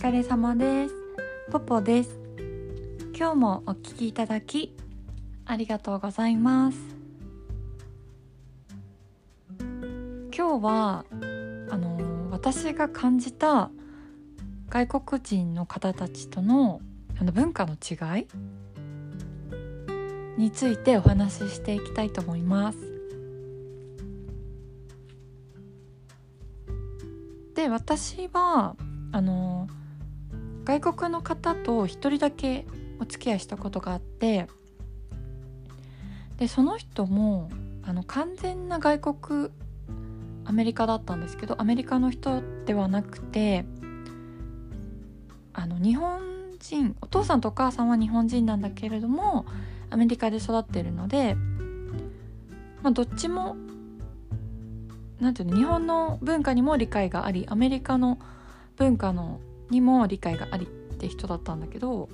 疲れ様です。ポポです。今日もお聞きいただきありがとうございます。今日は私が感じた外国人の方たちとの文化の違いについてお話ししていきたいと思います。で、私は外国の方と一人だけお付き合いしたことがあって、でその人も完全な外国アメリカだったんですけど、アメリカの人ではなくて日本人、お父さんとお母さんは日本人なんだけれどもアメリカで育っているので、どっちもなんていうの、日本の文化にも理解がありアメリカの文化にも理解がありって人だったんだけど、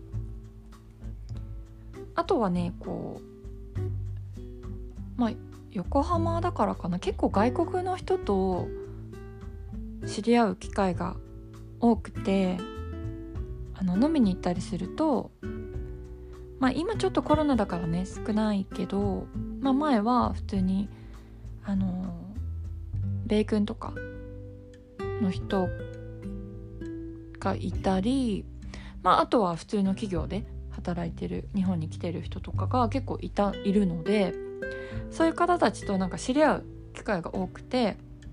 あとはね横浜だからかな、結構外国の人と知り合う機会が多くて、飲みに行ったりすると、今ちょっとコロナだからね少ないけど、前は普通に米軍とかの人がいたり、あとは普通の企業で働いてる日本に来てる人とかが結構いるので、そういう方たちと知り合う機会が多くて、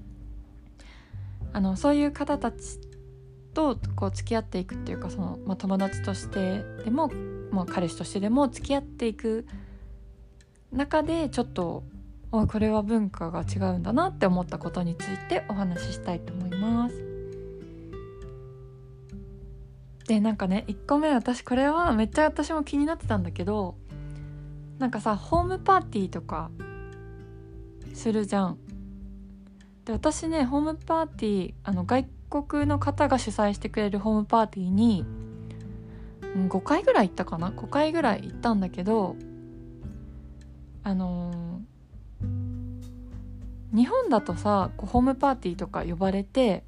そういう方たちと付き合っていくっていうか、友達としてでも、彼氏としてでも付き合っていく中でちょっとこれは文化が違うんだなって思ったことについてお話ししたいと思います。で1個目、これはめっちゃ私も気になってたんだけど、ホームパーティーとかするじゃん。で、私ねホームパーティー外国の方が主催してくれるホームパーティーに5回ぐらい行ったかな、5回ぐらい行ったんだけど、日本だとさホームパーティーとか呼ばれて、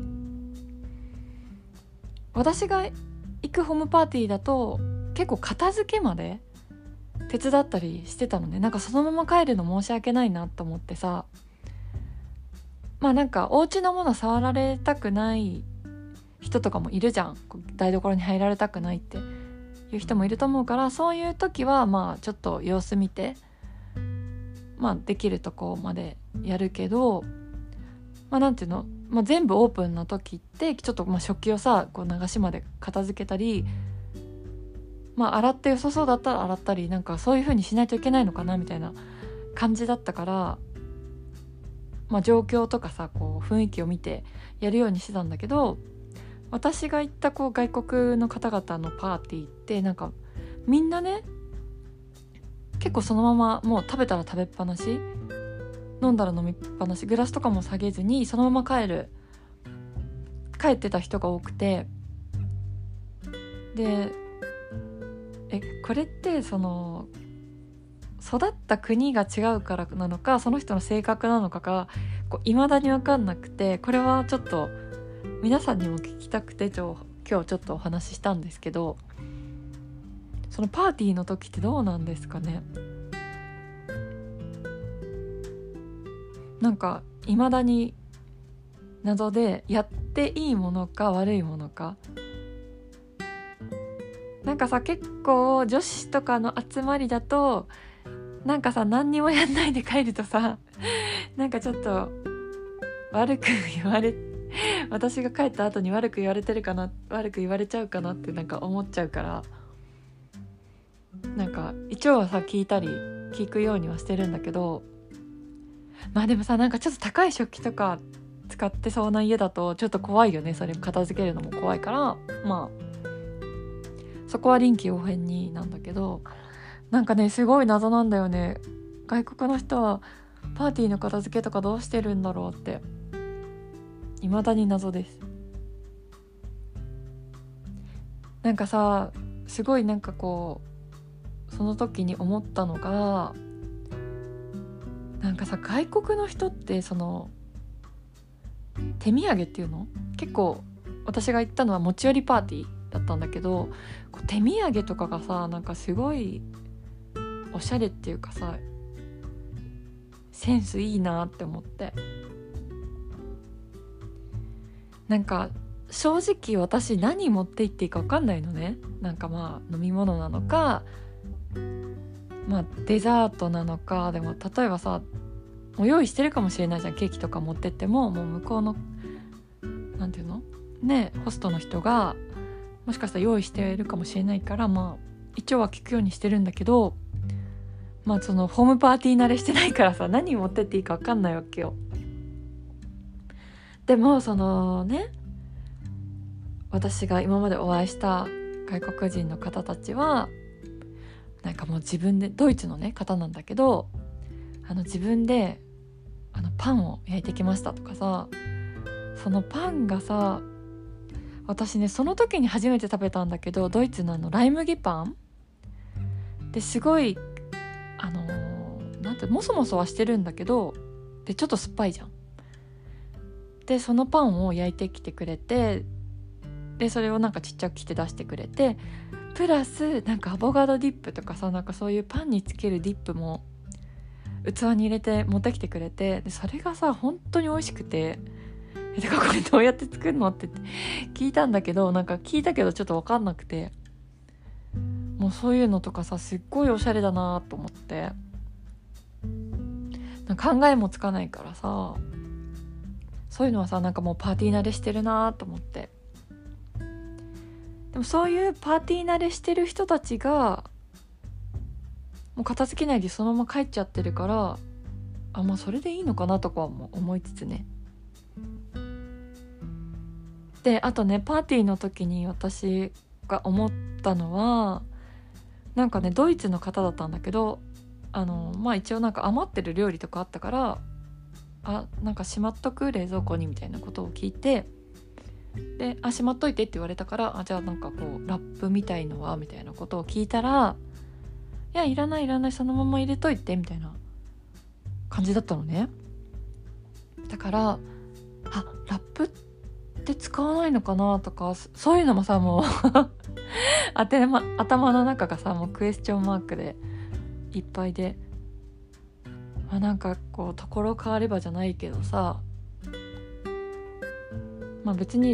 私が行くホームパーティーだと結構片付けまで手伝ったりしてたのね。そのまま帰るの申し訳ないなと思ってさ、お家のもの触られたくない人とかもいるじゃん。台所に入られたくないっていう人もいると思うから、そういう時はちょっと様子見てできるとこまでやるけど、なんていうの、全部オープンの時ってちょっと食器をさ流しまで片付けたり、洗って良さそうだったら洗ったり、そういう風にしないといけないのかなみたいな感じだったから、状況とかさ雰囲気を見てやるようにしてたんだけど、私が行った外国の方々のパーティーってみんなね結構そのままもう食べたら食べっぱなし、飲んだら飲みっぱなし、グラスとかも下げずにそのまま帰ってた人が多くて、でこれって育った国が違うからなのか、その人の性格なのかが未だに分かんなくて、これはちょっと皆さんにも聞きたくて今日ちょっとお話ししたんですけど、そのパーティーの時ってどうなんですかね。未だに謎で、やっていいものか悪いものか。結構女子とかの集まりだと何にもやんないで帰るとさちょっと悪く言われ私が帰った後に悪く言われてるかな、悪く言われちゃうかなって思っちゃうから、一応はさ聞くようにはしてるんだけど、でもさちょっと高い食器とか使ってそうな家だとちょっと怖いよね。それ片付けるのも怖いから、そこは臨機応変になんだけど、すごい謎なんだよね。外国の人はパーティーの片付けとかどうしてるんだろうって未だに謎です。すごいその時に思ったのが、外国の人って手土産っていうの結構私が行ったのは持ち寄りパーティーだったんだけど、こう手土産とかがさなんかすごいおしゃれっていうかさセンスいいなって思って、なんか正直私何持って行っていいか分かんないのね。なんかまあ飲み物なのか、まあデザートなのか。でも例えばさもう用意してるかもしれないじゃん。ケーキとか持ってってももう向こうのなんていうのねホストの人がもしかしたら用意してるかもしれないから、まあ一応は聞くようにしてるんだけど、まあそのホームパーティー慣れしてないからさ何持ってっていいか分かんないわけよ。でもそのね私が今までお会いした外国人の方たちはなんかもう自分で、ドイツのね方なんだけど、自分でパンを焼いてきましたとかさ、そのパンがさ、私ねその時に初めて食べたんだけど、ドイツのライ麦パンですごいなんてモソモソはしてるんだけど、でちょっと酸っぱいじゃん。でそのパンを焼いてきてくれて、でそれをなんかちっちゃく切って出してくれて、プラスなんかアボカドディップとかさ、なんかそういうパンにつけるディップも器に入れて持ってきてくれて、でそれがさ本当に美味しくて、だからこれどうやって作るのって聞いたんだけど、なんか聞いたけどちょっと分かんなくて、もうそういうのとかさすっごいおしゃれだなと思って、なんか考えもつかないからさ、そういうのはさなんかもうパーティー慣れしてるなと思って。でもそういうパーティー慣れしてる人たちがもう片付けないでそのまま帰っちゃってるから、まあそれでいいのかなとかも思いつつね。であとねパーティーの時に私が思ったのは、なんかねドイツの方だったんだけど、まあ一応なんか余ってる料理とかあったから、なんかしまっとく冷蔵庫にみたいなことを聞いて、でしまっといてって言われたから、じゃあなんかこうラップみたいのはみたいなことを聞いたら、いやいらないいらない、そのまま入れといてみたいな感じだったのね。だからラップって使わないのかなとか、そういうのもさもう頭の中がさもうクエスチョンマークでいっぱいで、なんかこうところ変わればじゃないけどさ、まあ別に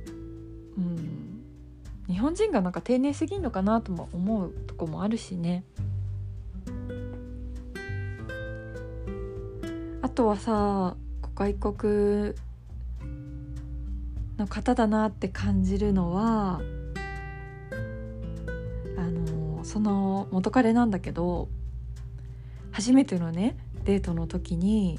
日本人がなんか丁寧すぎんのかなとも思うとこもあるしね。あとはさ外国の方だなって感じるのは、その元彼なんだけど、初めてのねデートの時に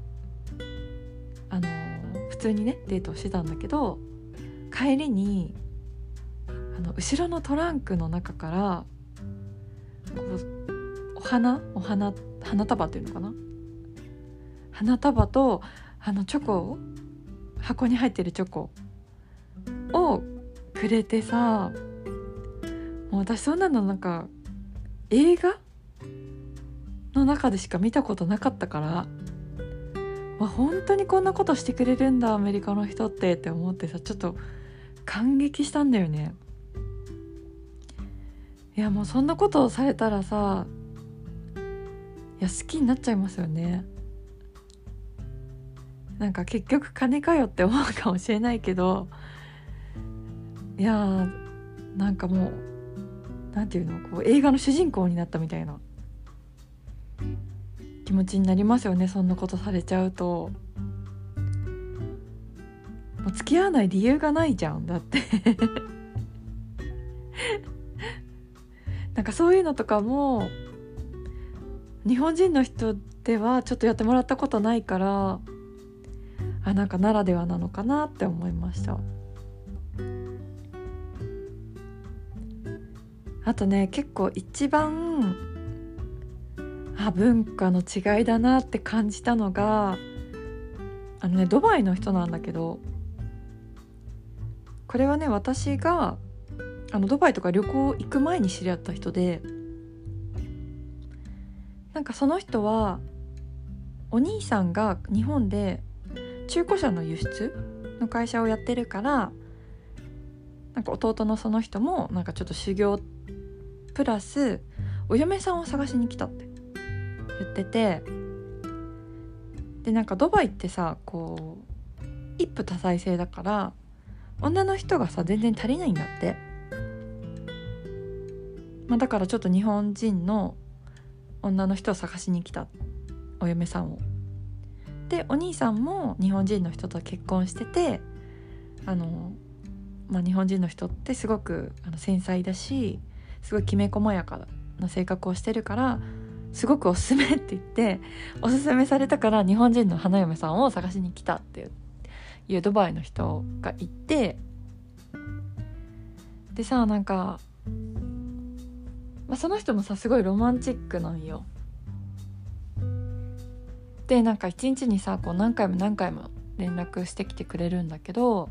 普通にねデートをしてたんだけど、帰りに後ろのトランクの中からこう花束っていうのかな、花束とチョコ、箱に入ってるチョコをくれてさ、もう私そんなのなんか映画の中でしか見たことなかったから、本当にこんなことしてくれるんだアメリカの人って思ってさ、ちょっと感激したんだよね。いやもうそんなことをされたらさ、いや好きになっちゃいますよね。なんか結局金かよって思うかもしれないけど、いやなんかもうなんていうの、こう映画の主人公になったみたいな気持ちになりますよね。そんなことされちゃうともう付き合わない理由がないじゃん、だってなんかそういうのとかも日本人の人ではちょっとやってもらったことないから、なんかならではなのかなって思いました。あとね結構一番文化の違いだなって感じたのが、ドバイの人なんだけど、これはね私がドバイとか旅行行く前に知り合った人で、なんかその人はお兄さんが日本で中古車の輸出の会社をやってるから、 なんか弟のその人もなんかちょっと修行プラスお嫁さんを探しに来たって言ってて、でなんかドバイってさこう一夫多妻制だから女の人がさ全然足りないんだって、だからちょっと日本人の女の人を探しに来た、お嫁さんを。でお兄さんも日本人の人と結婚してて、日本人の人ってすごく繊細だしすごいきめ細やかな性格をしてるからすごくおすすめって言っておすすめされたから日本人の花嫁さんを探しに来たっていうドバイの人がいて、でさなんか、その人もさすごいロマンチックなんよ。でなんか一日にさこう何回も連絡してきてくれるんだけど、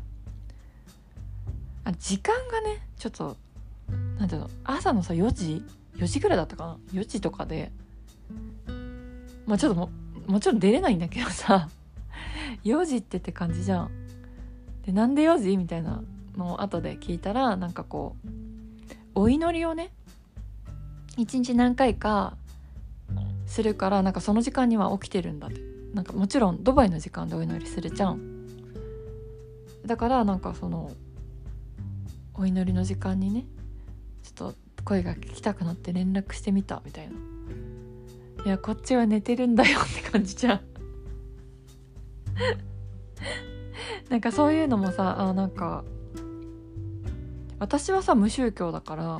時間がねちょっとなんていうの、朝のさ4時ぐらいだったかな、4時とかでちょっともちろん出れないんだけどさ4時って感じじゃん。でなんで4時みたいなのを後で聞いたら、なんかこうお祈りをね1日何回かするから、なんかその時間には起きてるんだって。なんかもちろんドバイの時間でお祈りするじゃん。だからなんかそのお祈りの時間にねちょっと声が聞きたくなって連絡してみたみたいな。いやこっちは寝てるんだよって感じじゃんなんかそういうのもさ、なんか私はさ無宗教だから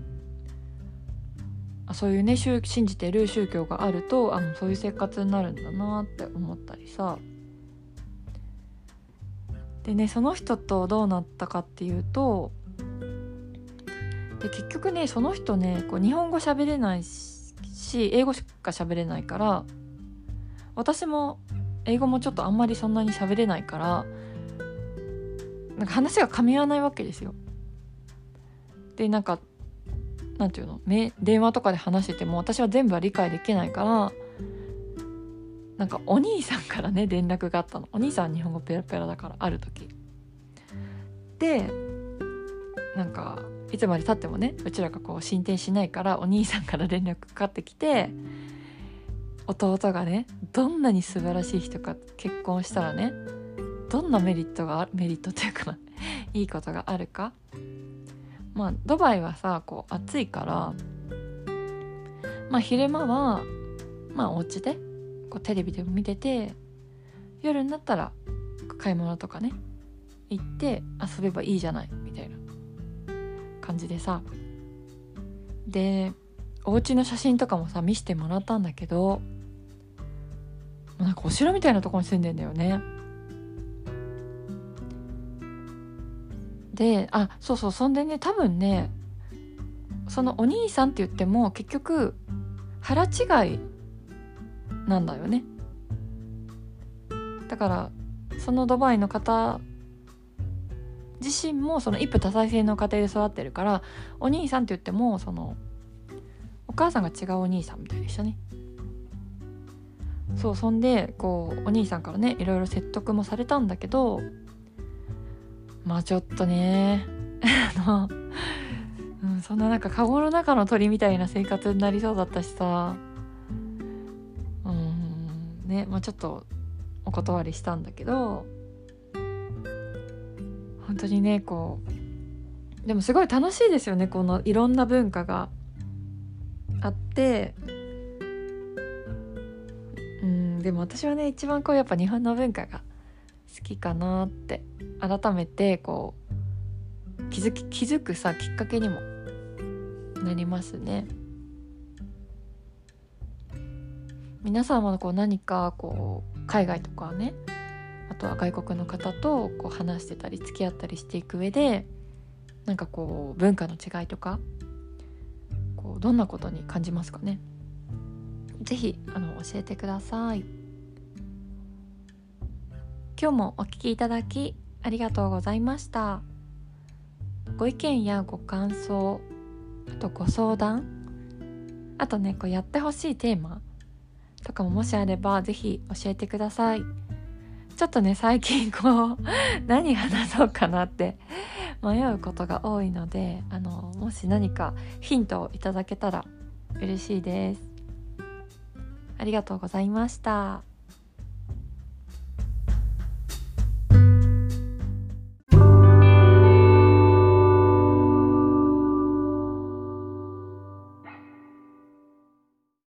そういうね信じてる宗教があるとそういう生活になるんだなって思ったりさ。でねその人とどうなったかっていうと、で結局ねその人ねこう日本語喋れないし英語しか喋れないから、私も英語もちょっとあんまりそんなに喋れないから、なんか話が噛み合わないわけですよ。でなんかなんていうの、電話とかで話してても私は全部は理解できないから、なんかお兄さんからね連絡があったの。お兄さんは日本語ペラペラだから、ある時でなんかいつまで経ってもねうちらがこう進展しないから、お兄さんから連絡かかってきて、弟がねどんなに素晴らしい人か結婚したらねどんなメリットというかないいことがあるか。ドバイはさこう暑いから、昼間はお家でこうテレビでも見てて、夜になったら買い物とかね行って遊べばいいじゃないみたいな感じでさ。でお家の写真とかもさ見せてもらったんだけど、なんかお城みたいなところに住んでんだよね。でそうそんでね多分ねそのお兄さんって言っても結局腹違いなんだよね。だからそのドバイの方自身もその一夫多妻制の家庭で育ってるから、お兄さんって言ってもそのお母さんが違うお兄さんみたいでしたね。そんでこうお兄さんからねいろいろ説得もされたんだけど、ちょっとねそんななんかカゴの中の鳥みたいな生活になりそうだったしさ、ねちょっとお断りしたんだけど、本当にねこうでもすごい楽しいですよね。このいろんな文化があって、でも私はね一番こうやっぱ日本の文化が好きかなって改めてこう気づくさきっかけにもなりますね。皆さんもこう何かこう海外とかね、あとは外国の方とこう話してたり付き合ったりしていく上で、なんかこう文化の違いとかこうどんなことに感じますかね。ぜひ教えてください。今日もお聞きいただきありがとうございました。ご意見やご感想、あとご相談、あとねこうやってほしいテーマとかももしあればぜひ教えてください。ちょっとね最近こう何話そうかなって迷うことが多いので、もし何かヒントをいただけたら嬉しいです。ありがとうございました。